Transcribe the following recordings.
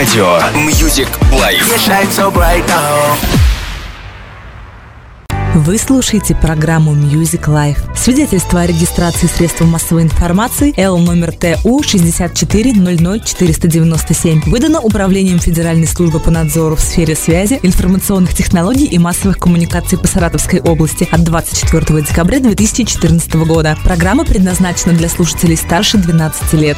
Радио Music Life. Вы слушаете программу Music Life. Свидетельство о регистрации средств массовой информации Л номер ТУ 6400497 выдано Управлением Федеральной службы по надзору в сфере связи, информационных технологий и массовых коммуникаций по Саратовской области от 24 декабря 2014 года. Программа предназначена для слушателей старше 12 лет.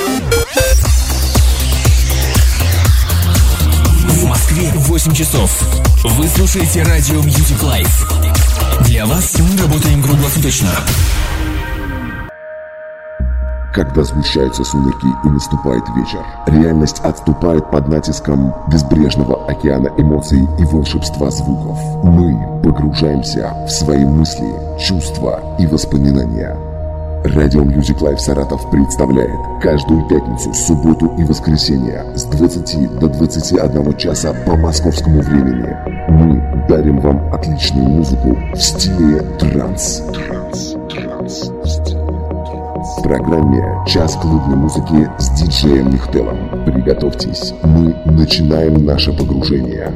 В Москве 8 часов. Вы слушаете радио Music Life. Для вас мы работаем круглосуточно. Когда сгущаются сумерки и наступает вечер, реальность отступает под натиском безбрежного океана эмоций и волшебства звуков. Мы погружаемся в свои мысли, чувства и воспоминания. Радио Music Life Саратов представляет каждую пятницу, субботу и воскресенье с 20 до 21 часа по московскому времени. Мы дарим вам отличную музыку в стиле транс. В программе «Час клубной музыки» с диджеем Михтелом. Приготовьтесь, мы начинаем наше погружение.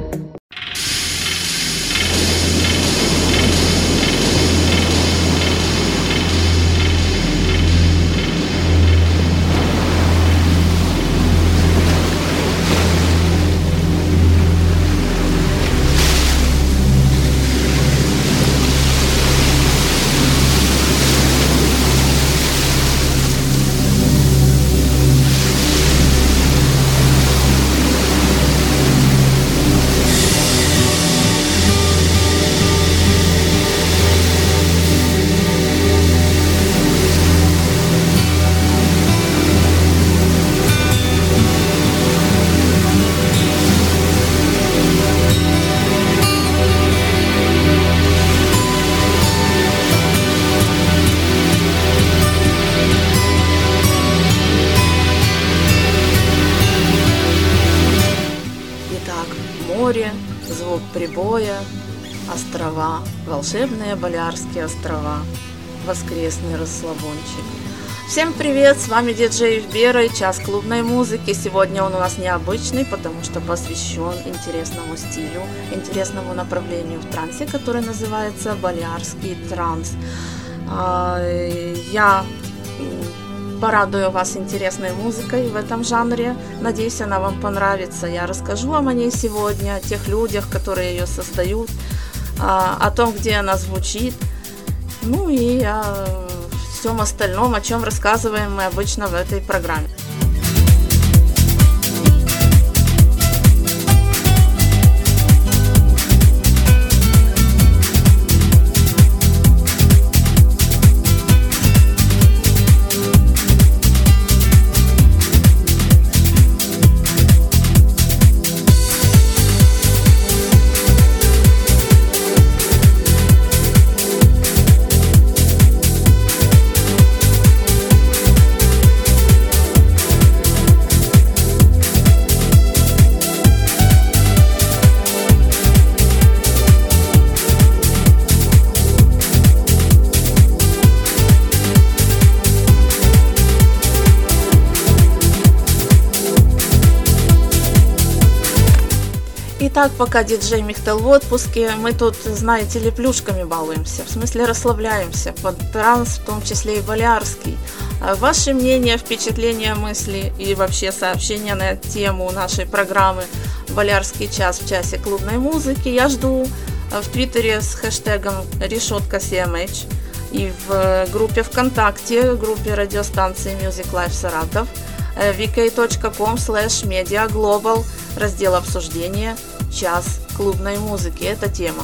Звук прибоя, острова, волшебные Балеарские острова, воскресный расслабончик. Всем привет, с вами диджей Вера и час клубной музыки. Сегодня он у нас необычный, потому что посвящен интересному стилю, интересному направлению в трансе, который называется Балеарский транс. Я порадую вас интересной музыкой в этом жанре. Надеюсь, она вам понравится. Я расскажу вам о ней сегодня, о тех людях, которые ее создают, о том, где она звучит, ну и о всем остальном, о чем рассказываем мы обычно в этой программе. Итак, пока диджей Михтел в отпуске, мы тут, знаете ли, плюшками балуемся, в смысле расслабляемся, под транс, в том числе и балеарский. Ваши мнения, впечатления, мысли и вообще сообщения на тему нашей программы «Балеарский час» в часе клубной музыки я жду в Твиттере с хэштегом #CMH и в группе ВКонтакте, группе радиостанции Music Life Саратов, vk.com/mediaglobal, раздел обсуждения «Час клубной музыки». Это тема.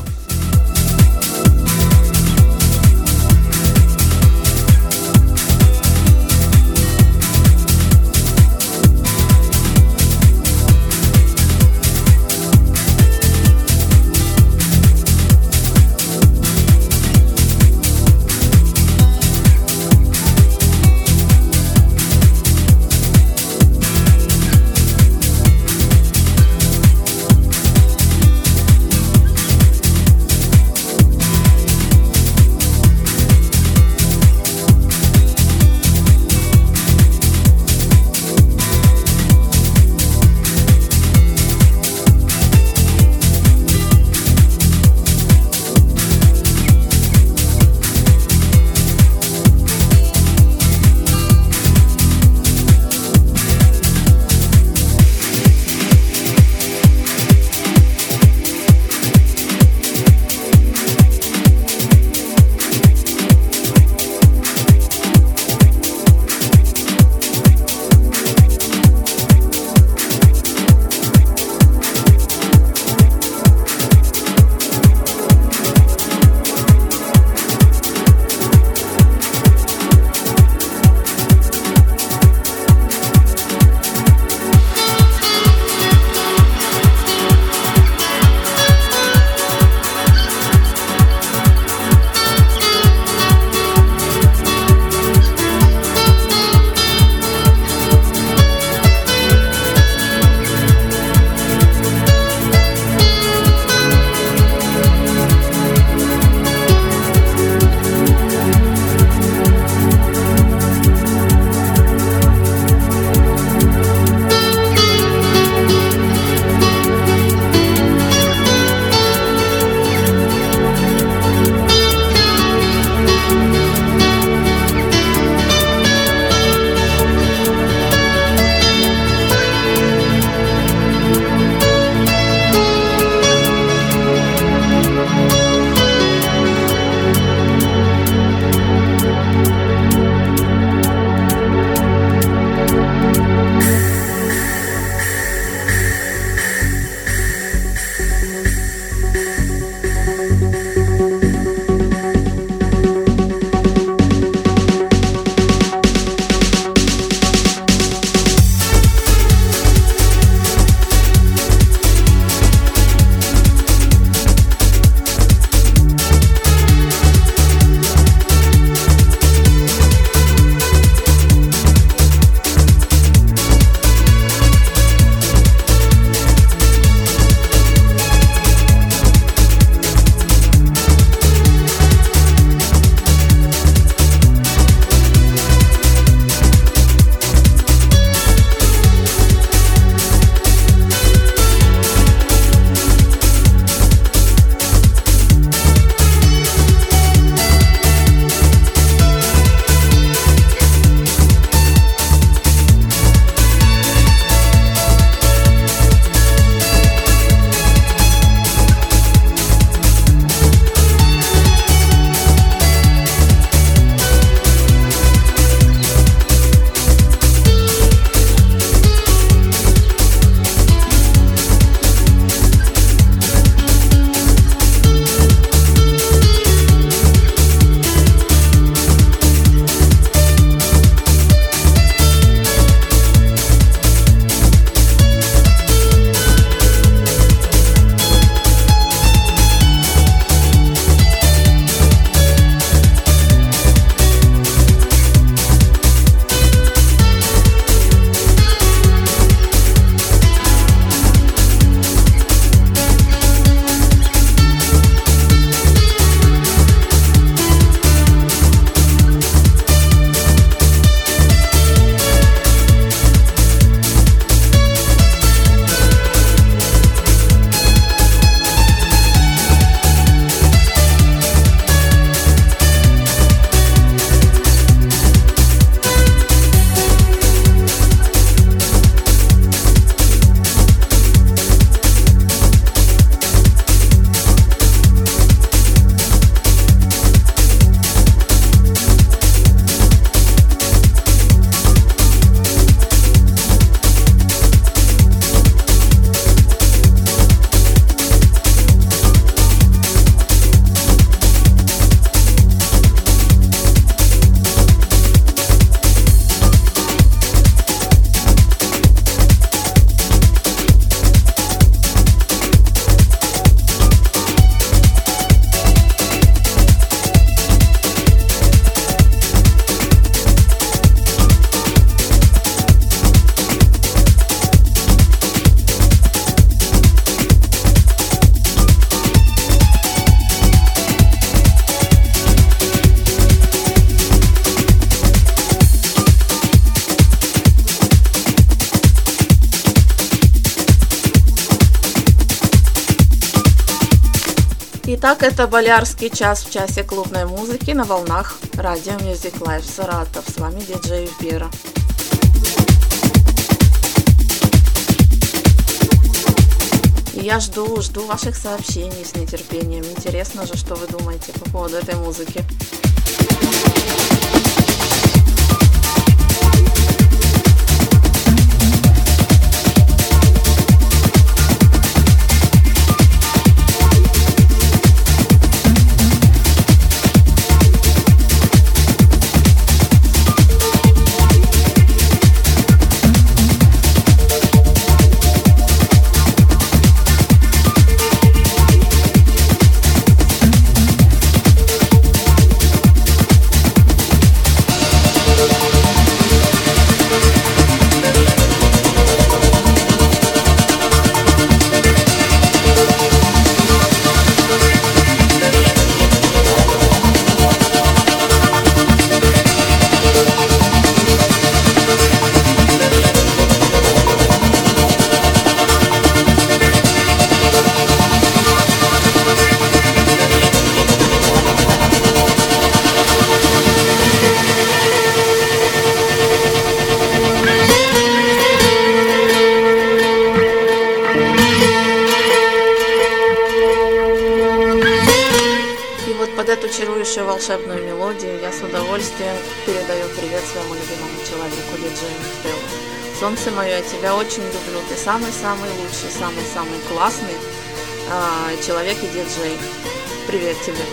Итак, это Болярский час в часе клубной музыки на волнах радио Music Life Саратов. С вами диджей Вера. И я жду ваших сообщений с нетерпением. Интересно же, что вы думаете по поводу этой музыки. Чарующую волшебную мелодию я с удовольствием передаю привет своему любимому человеку, диджею Михтелу. Солнце мое, я тебя очень люблю, ты самый-самый лучший, самый-самый классный человек и диджей. Привет тебе.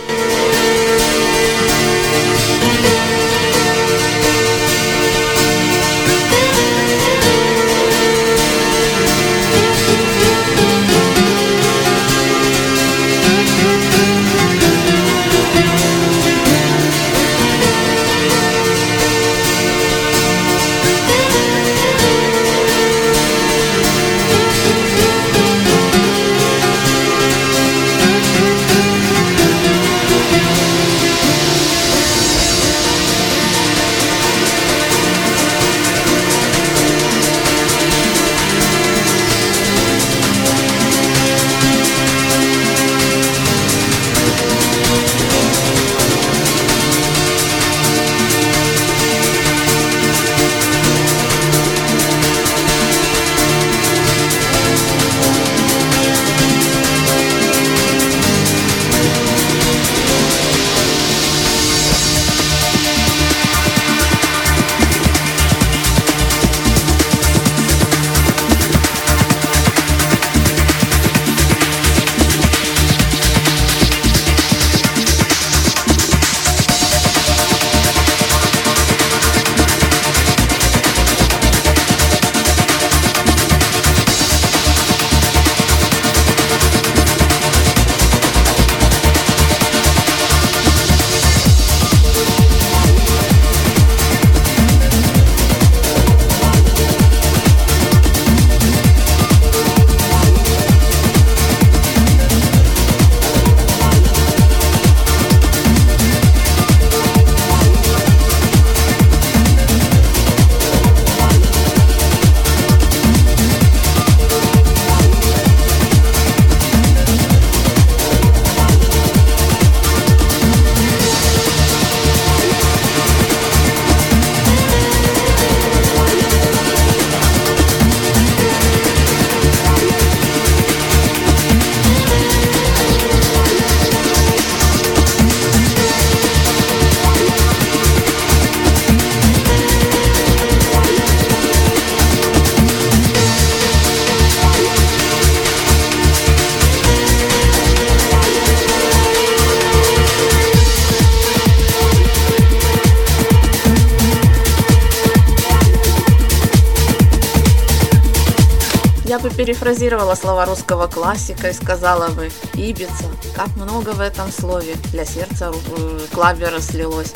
Я бы перефразировала слова русского классика и сказала бы: Ибица, как много в этом слове для сердца клабера слилось.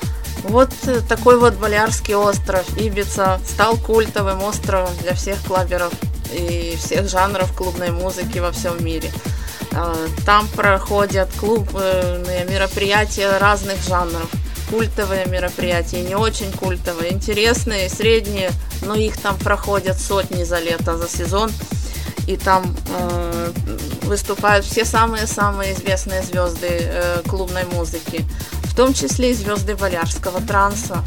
Вот такой вот Болярский остров, Ибица, стал культовым островом для всех клаберов и всех жанров клубной музыки во всем мире. Там проходят клубные мероприятия разных жанров. Культовые мероприятия, не очень культовые, интересные, средние, но их там проходят сотни за лето, за сезон. И там выступают все самые-самые известные звезды клубной музыки, в том числе и звезды валярского транса.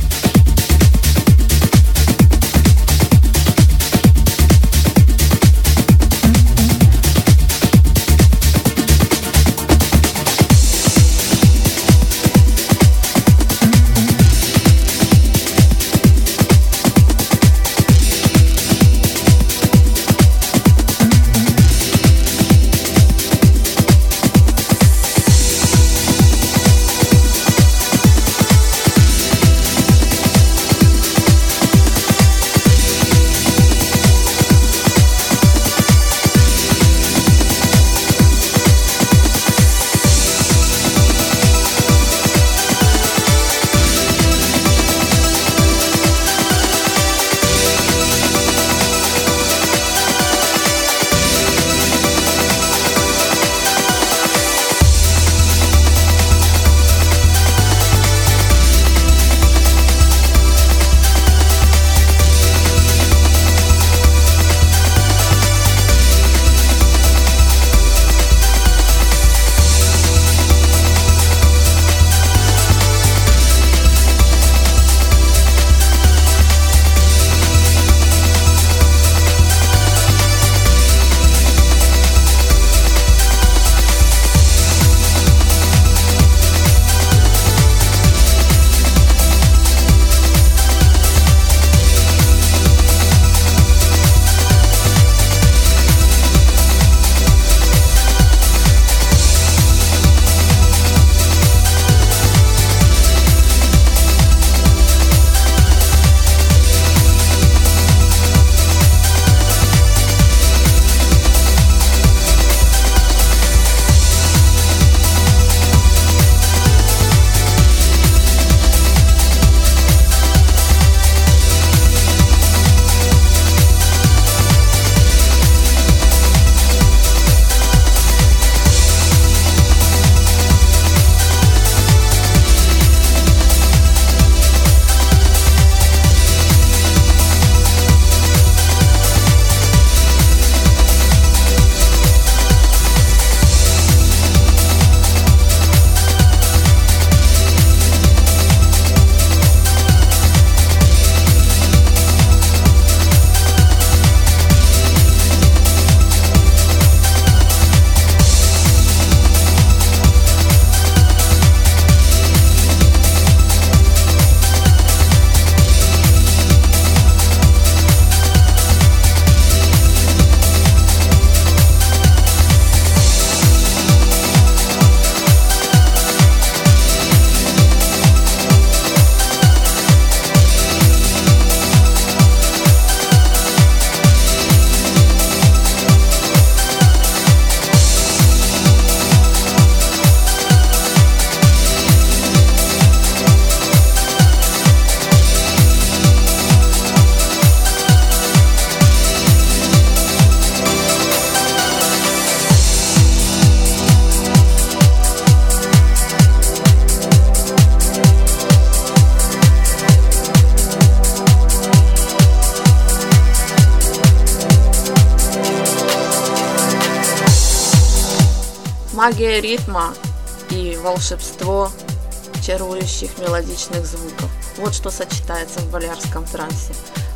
магия ритма и волшебство чарующих мелодичных звуков. Вот что сочетается в балярском трансе.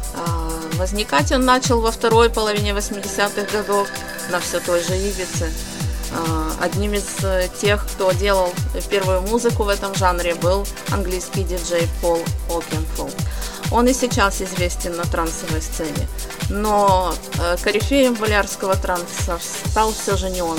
Возникать он начал во второй половине 80-х годов на все той же Ибице. Одним из тех, кто делал первую музыку в этом жанре, был английский диджей Пол Окенфолд. Он и сейчас известен на трансовой сцене, но корифеем балярского транса стал все же не он.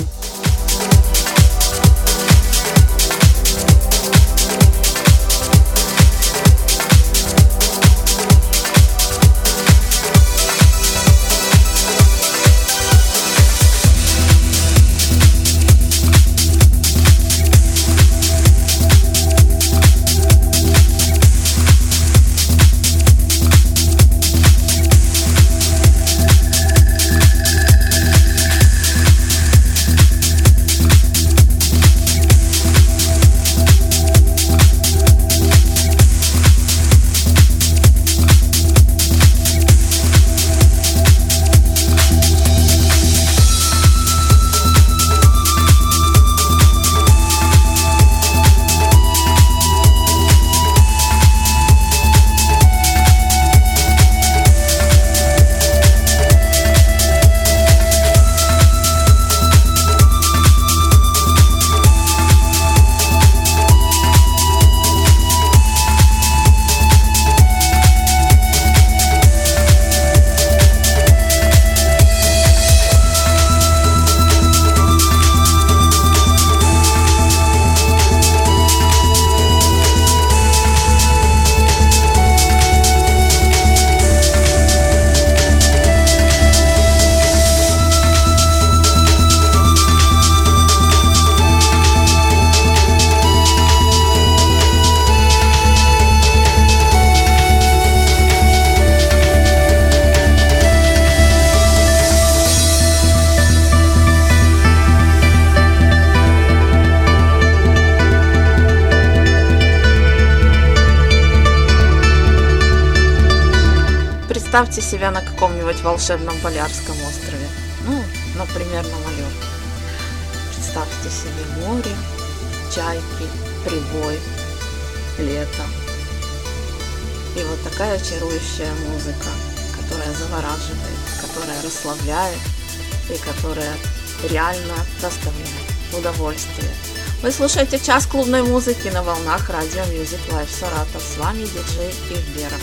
представьте себя на каком-нибудь волшебном Балиарском острове. Например, на Майорке. Представьте себе море, чайки, прибой, лето. И вот такая чарующая музыка, которая завораживает, которая расслабляет и которая реально доставляет удовольствие. Вы слушаете час клубной музыки на волнах радио Music Life Саратов. С вами диджей Ивбера.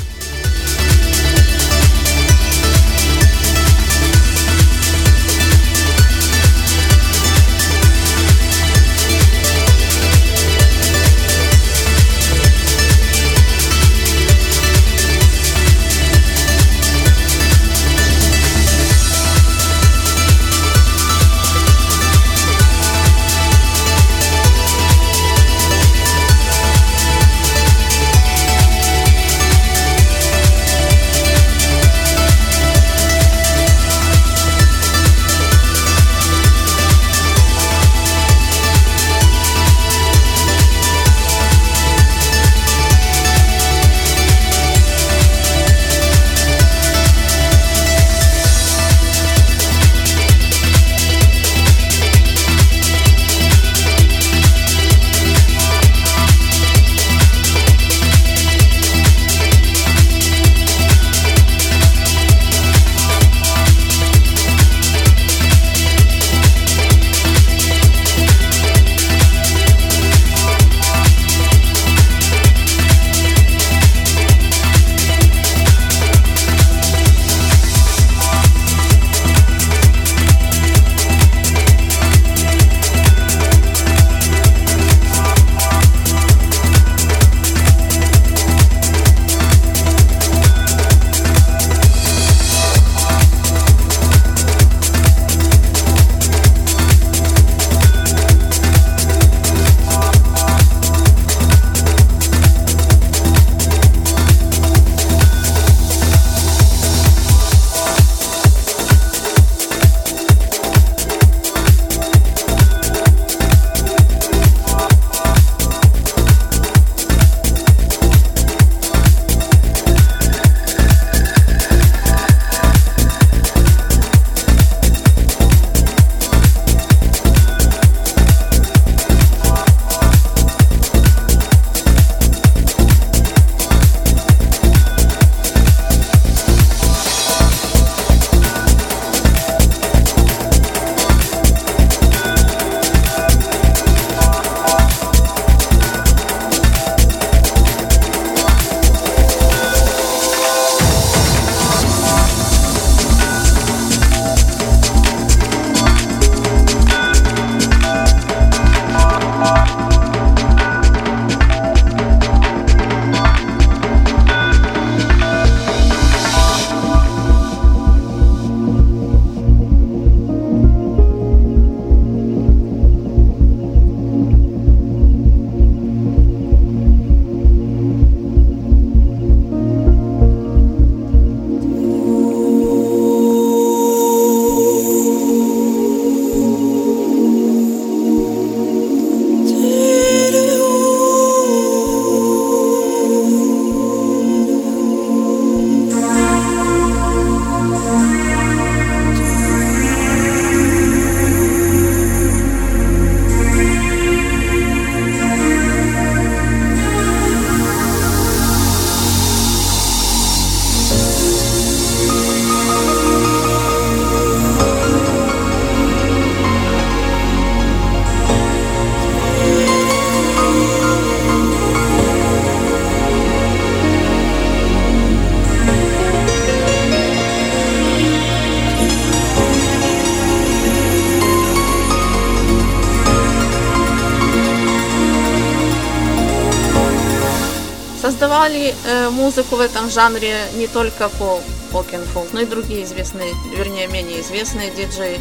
Создавали музыку в этом жанре не только фолк-н-фолк, но и другие известные, вернее, менее известные диджеи.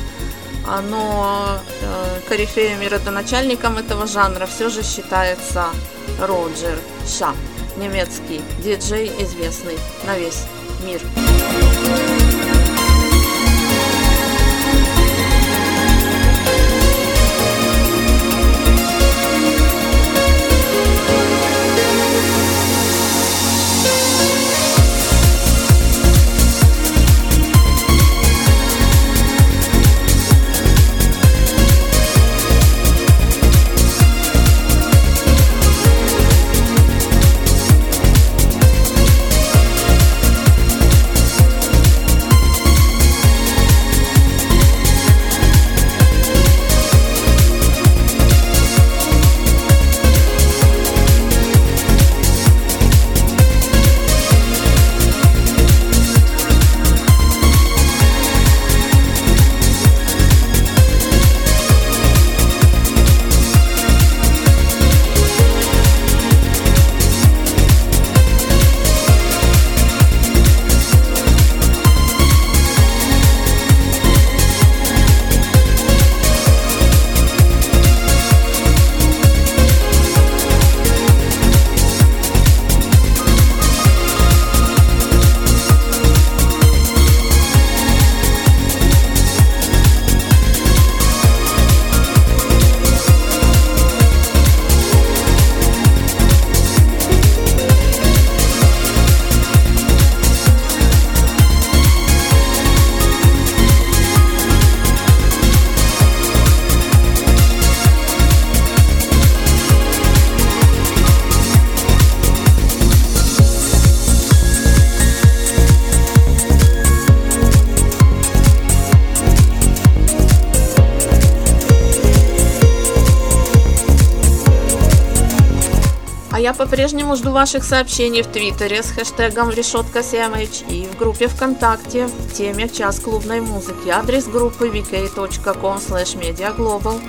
Но корифеем и родоначальником этого жанра все же считается Роджер Ша, немецкий диджей, известный на весь мир. А я по-прежнему жду ваших сообщений в Твиттере с хэштегом #CMH и в группе ВКонтакте в теме «Час клубной музыки». Адрес группы vk.com/mediaglobal.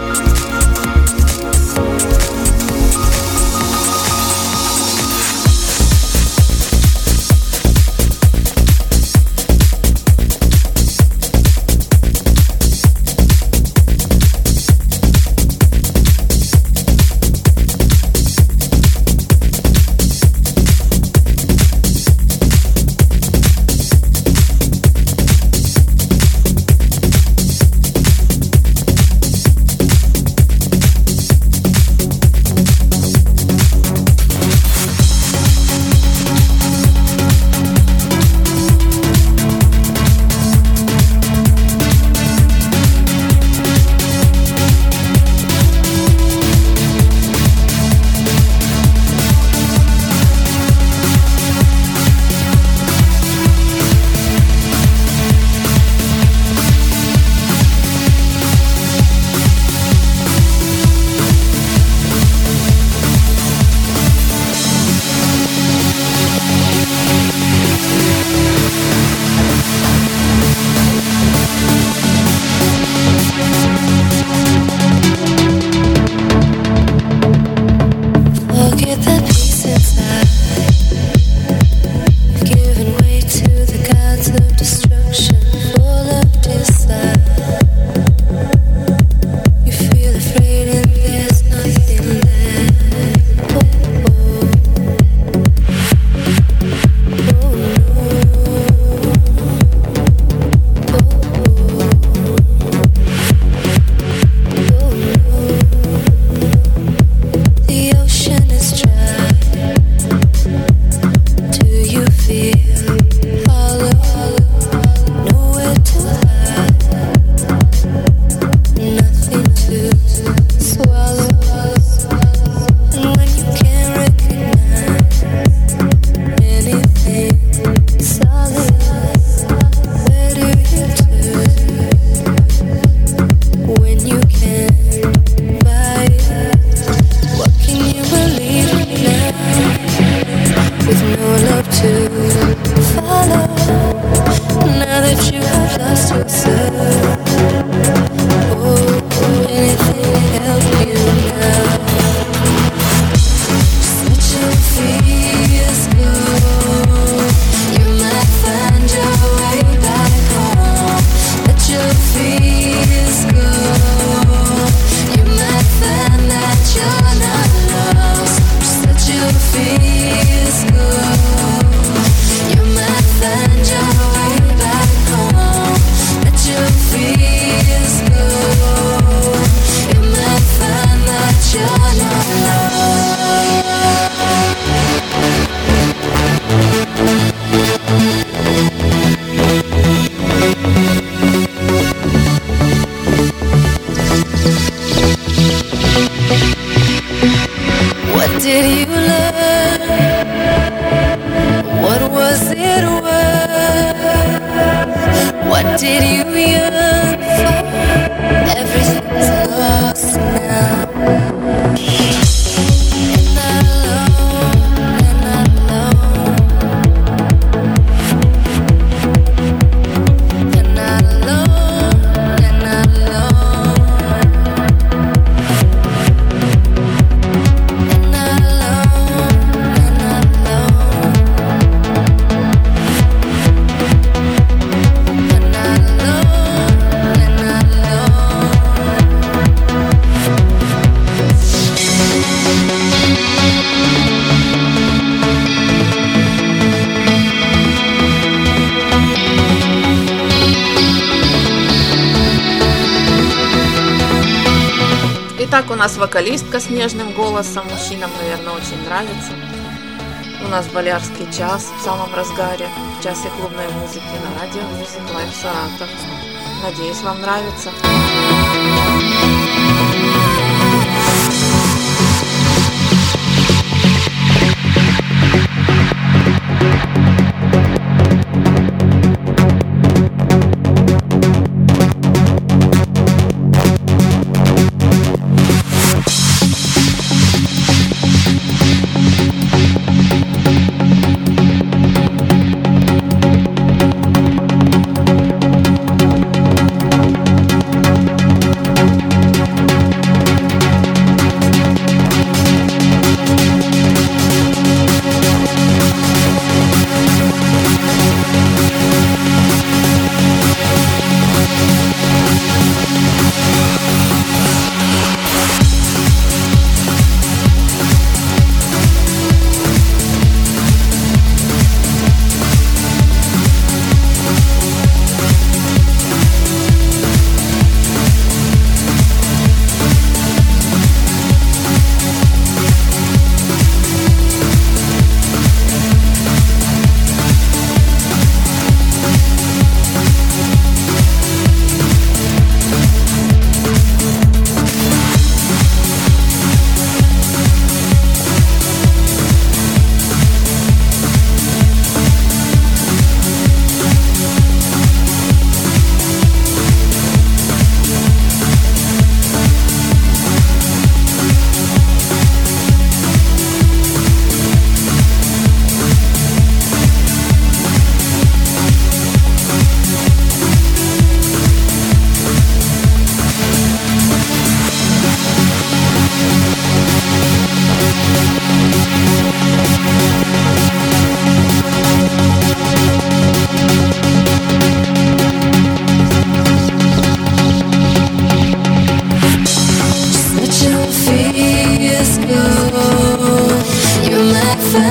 Итак, у нас вокалистка с нежным голосом, мужчинам, наверное, очень нравится. У нас Болярский час в самом разгаре, в часе клубной музыки на радио Music Life Саратов. Надеюсь, вам нравится.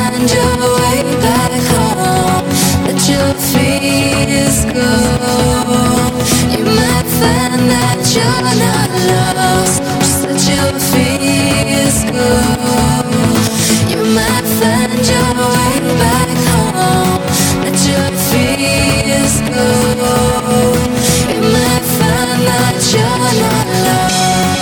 find your way back home. Let your fears go. You might find that you're not lost. Just let your fears go. You might find your way back home. Let your fears go. You might find that you're not lost.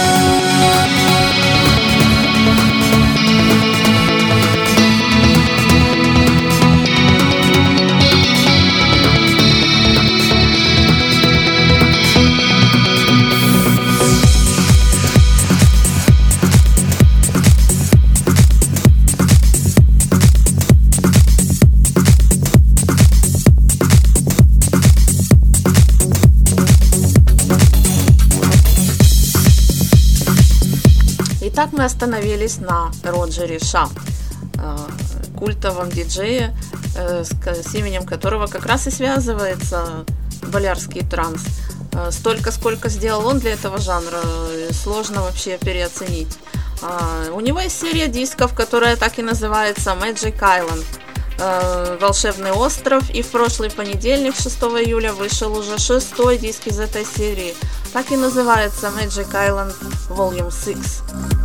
Итак, мы остановились на Роджере Ша, культовом диджее, с именем которого как раз и связывается болярский транс. Столько, сколько сделал он для этого жанра, сложно вообще переоценить. У него есть серия дисков, которая так и называется Magic Island, волшебный остров, и в прошлый понедельник, 6 июля, вышел уже 6-й диск из этой серии. Так и называется Magic Island Volume 6.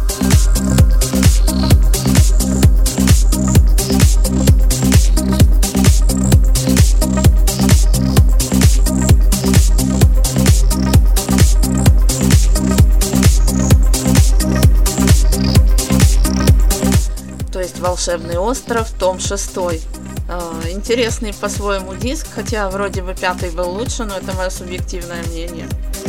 То есть волшебный остров, том 6. Интересный по-своему диск, хотя вроде бы 5-й был лучше, но это мое субъективное мнение.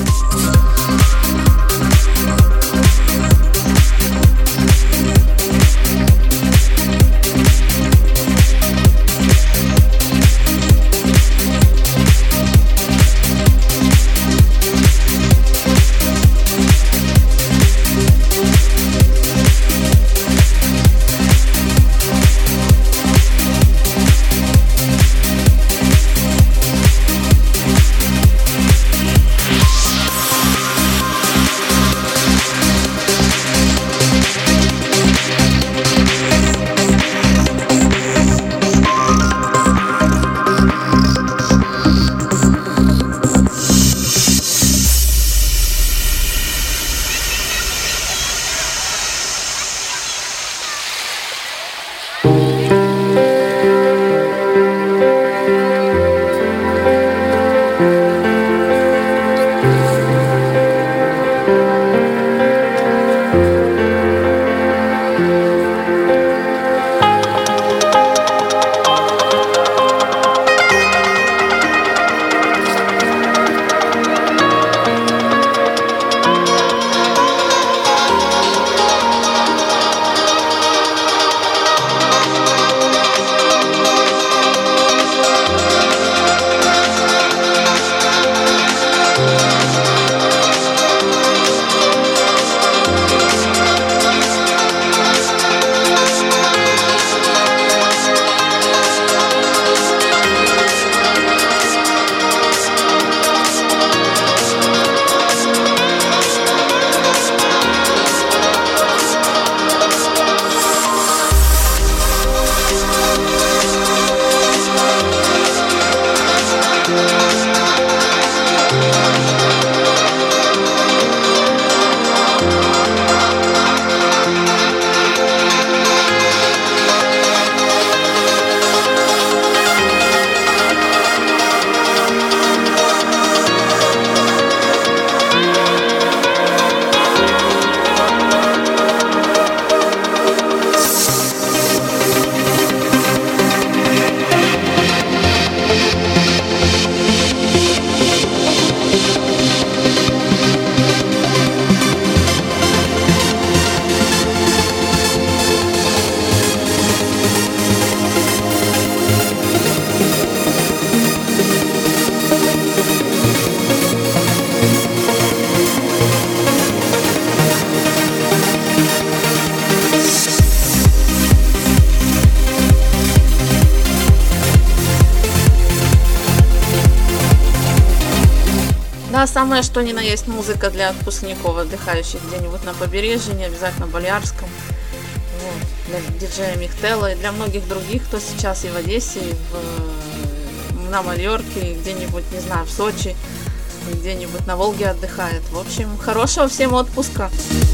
Да, самое что ни на есть музыка для отпускников, отдыхающих где-нибудь на побережье, не обязательно Балиарском. Вот. для диджея Михтела и для многих других, кто сейчас и в Одессе, и на Майорке, и где-нибудь, не знаю, в Сочи, и где-нибудь на Волге отдыхает. В общем, хорошего всем отпуска!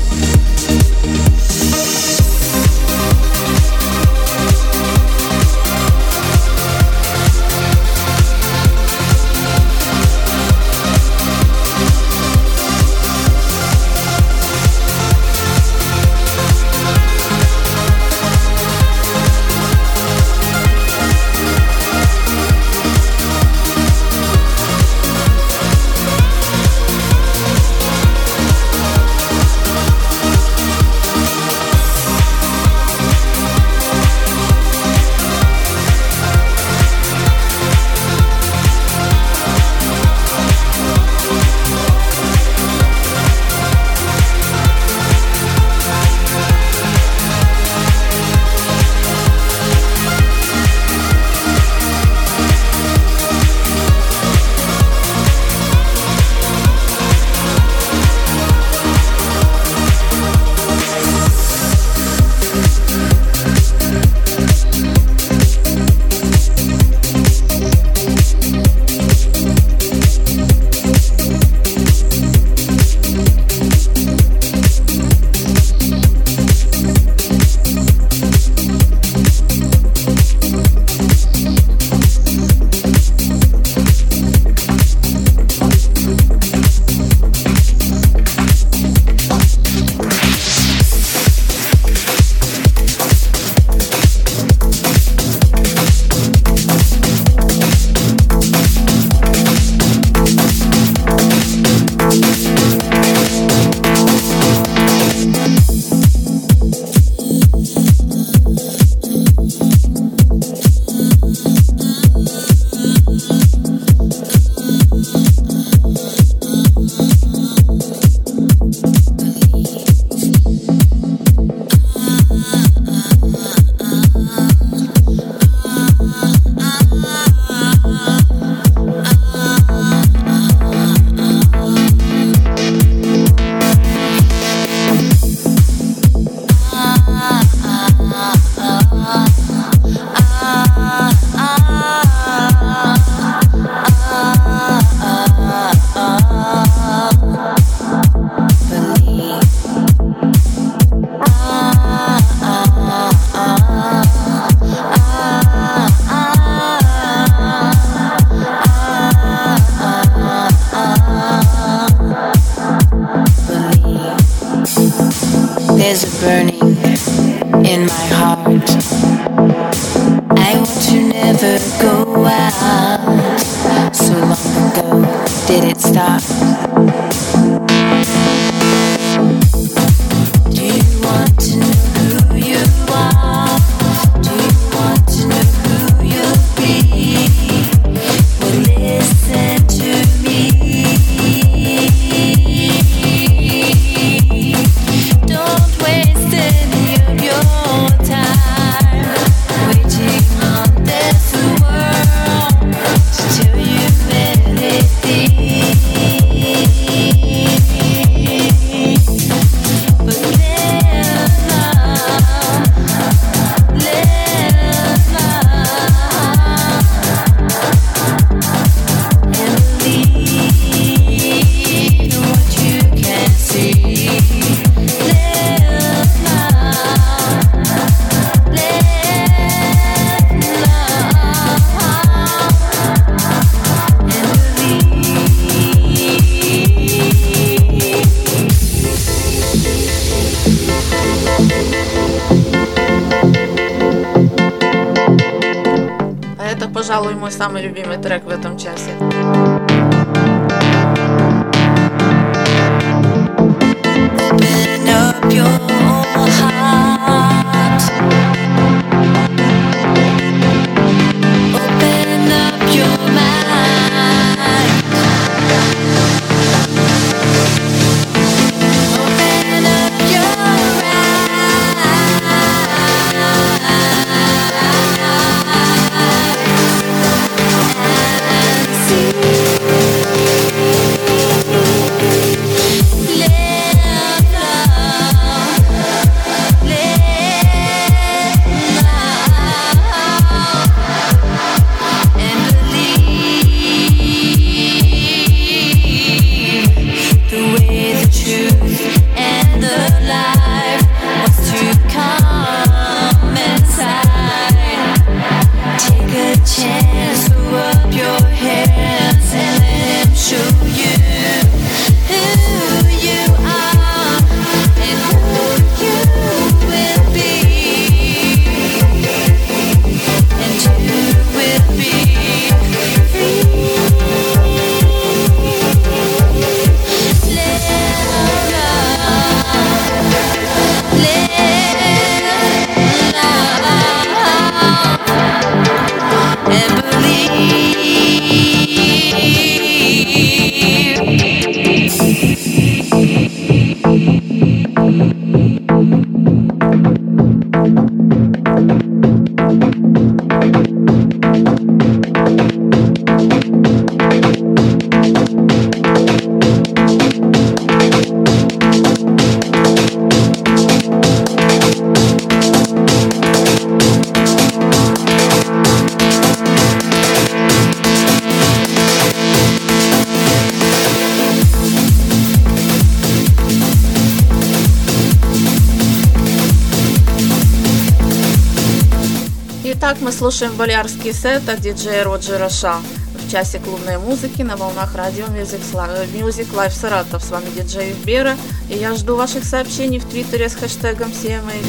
There's a burning in my heart. I want to never go out. So long ago, did it stop? Do you want to know who you are? Do you want to know who you'll be? Well, listen to me. Don't waste any of your time waiting on this world to tell you anything. But live love, and believe in what you can see. Live love, and believe. А это, пожалуй, мой самый любимый трек в этом часе. Open up your heart. Open up your mind. Open up your eyes and see. Live love. Итак, мы слушаем балиарский сет от диджея Роджера Ша в часе клубной музыки на волнах радио Music Live Саратов. С вами диджей Бера, и я жду ваших сообщений в Твиттере с хэштегом CMA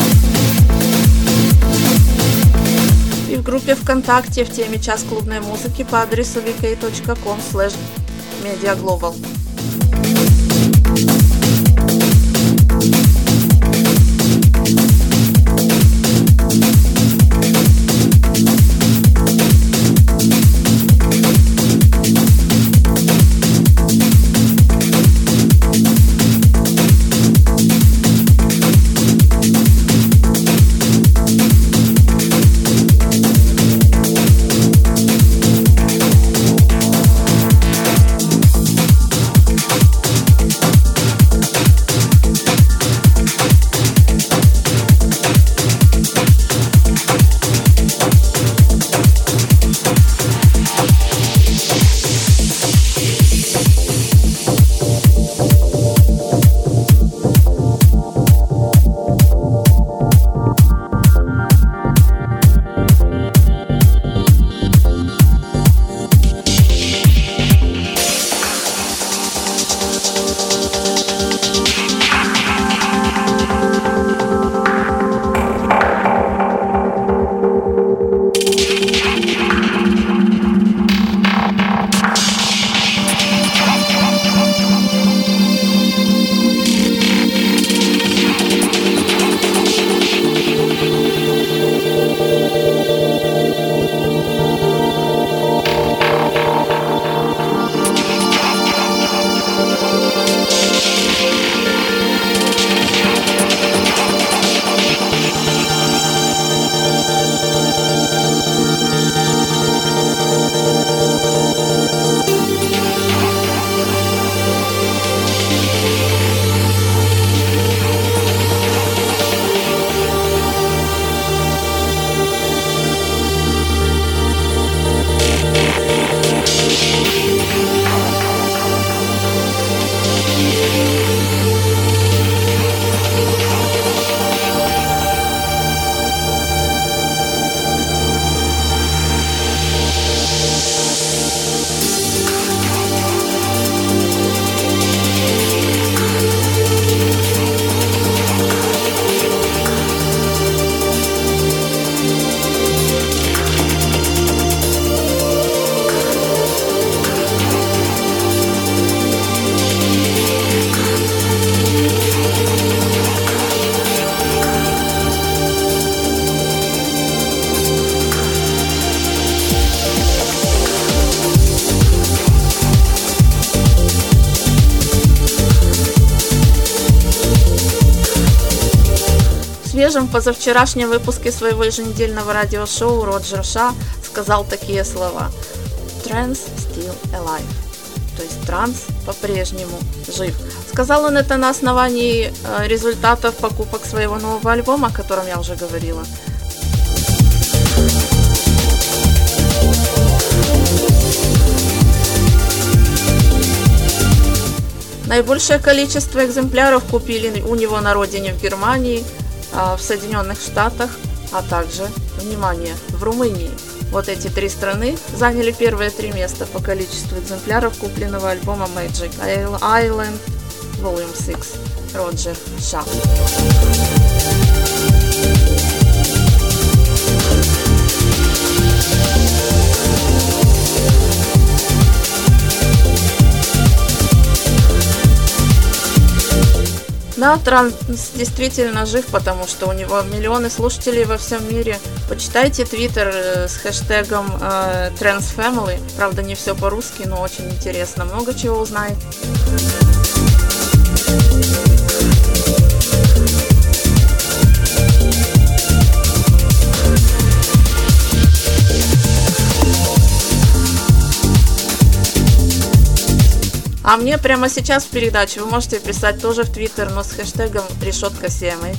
и в группе ВКонтакте в теме «Час клубной музыки» по адресу vk.com/mediaglobal. В свежем позавчерашнем выпуске своего еженедельного радиошоу Роджер Ша сказал такие слова: «Trance still alive», то есть транс по-прежнему жив. Сказал он это на основании результатов покупок своего нового альбома, о котором я уже говорила. Наибольшее количество экземпляров купили у него на родине в Германии, в Соединенных Штатах, а также, внимание, в Румынии. Вот эти три страны заняли первые три места по количеству экземпляров купленного альбома Magic Island Volume 6 Роджер Ша. Да, транс действительно жив, потому что у него миллионы слушателей во всем мире. Почитайте твиттер с хэштегом TranceFamily. Правда, не все по-русски, но очень интересно. Много чего узнаете. А мне прямо сейчас в передаче вы можете писать тоже в Твиттер, но с хэштегом #CMH.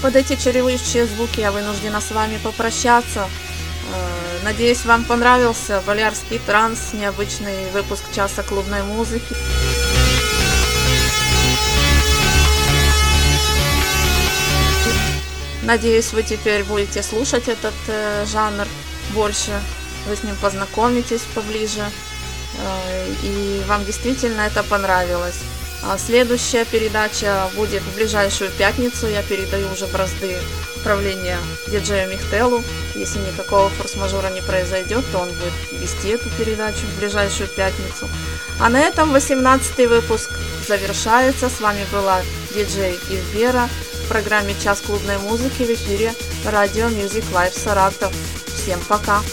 под эти чарующие звуки я вынуждена с вами попрощаться. Надеюсь, вам понравился Балиарский транс, необычный выпуск часа клубной музыки. Надеюсь, вы теперь будете слушать этот жанр больше, вы с ним познакомитесь поближе, и вам действительно это понравилось. Следующая передача будет в ближайшую пятницу. Я передаю уже бразды управления диджею Михтелу. Если никакого форс-мажора не произойдет, то он будет вести эту передачу в ближайшую пятницу. А на этом 18-й выпуск завершается. С вами была диджей Ивбера в программе «Час клубной музыки» в эфире радио Music Live Саратов. Всем пока!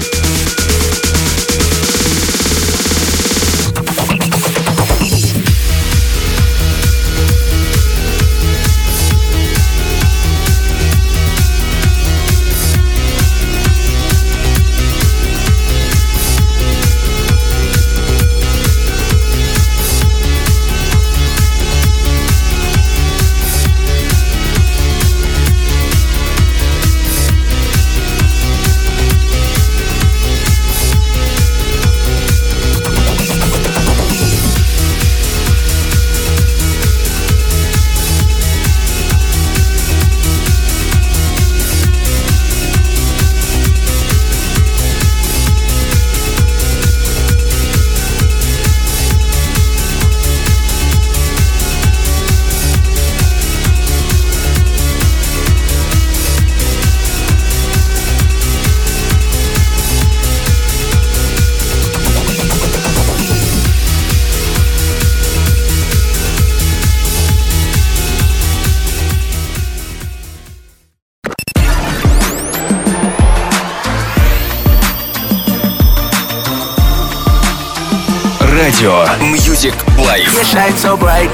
Радио Music Live.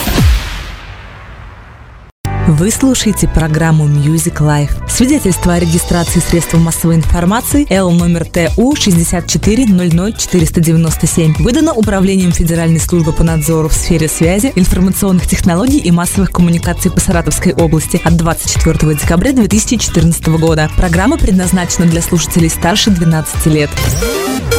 Вы слушаете программу Music Live. Свидетельство о регистрации средств массовой информации Л номер ТУ 6400497 выдано Управлением Федеральной службы по надзору в сфере связи, информационных технологий и массовых коммуникаций по Саратовской области от 24 декабря 2014 года. Программа предназначена для слушателей старше 12 лет.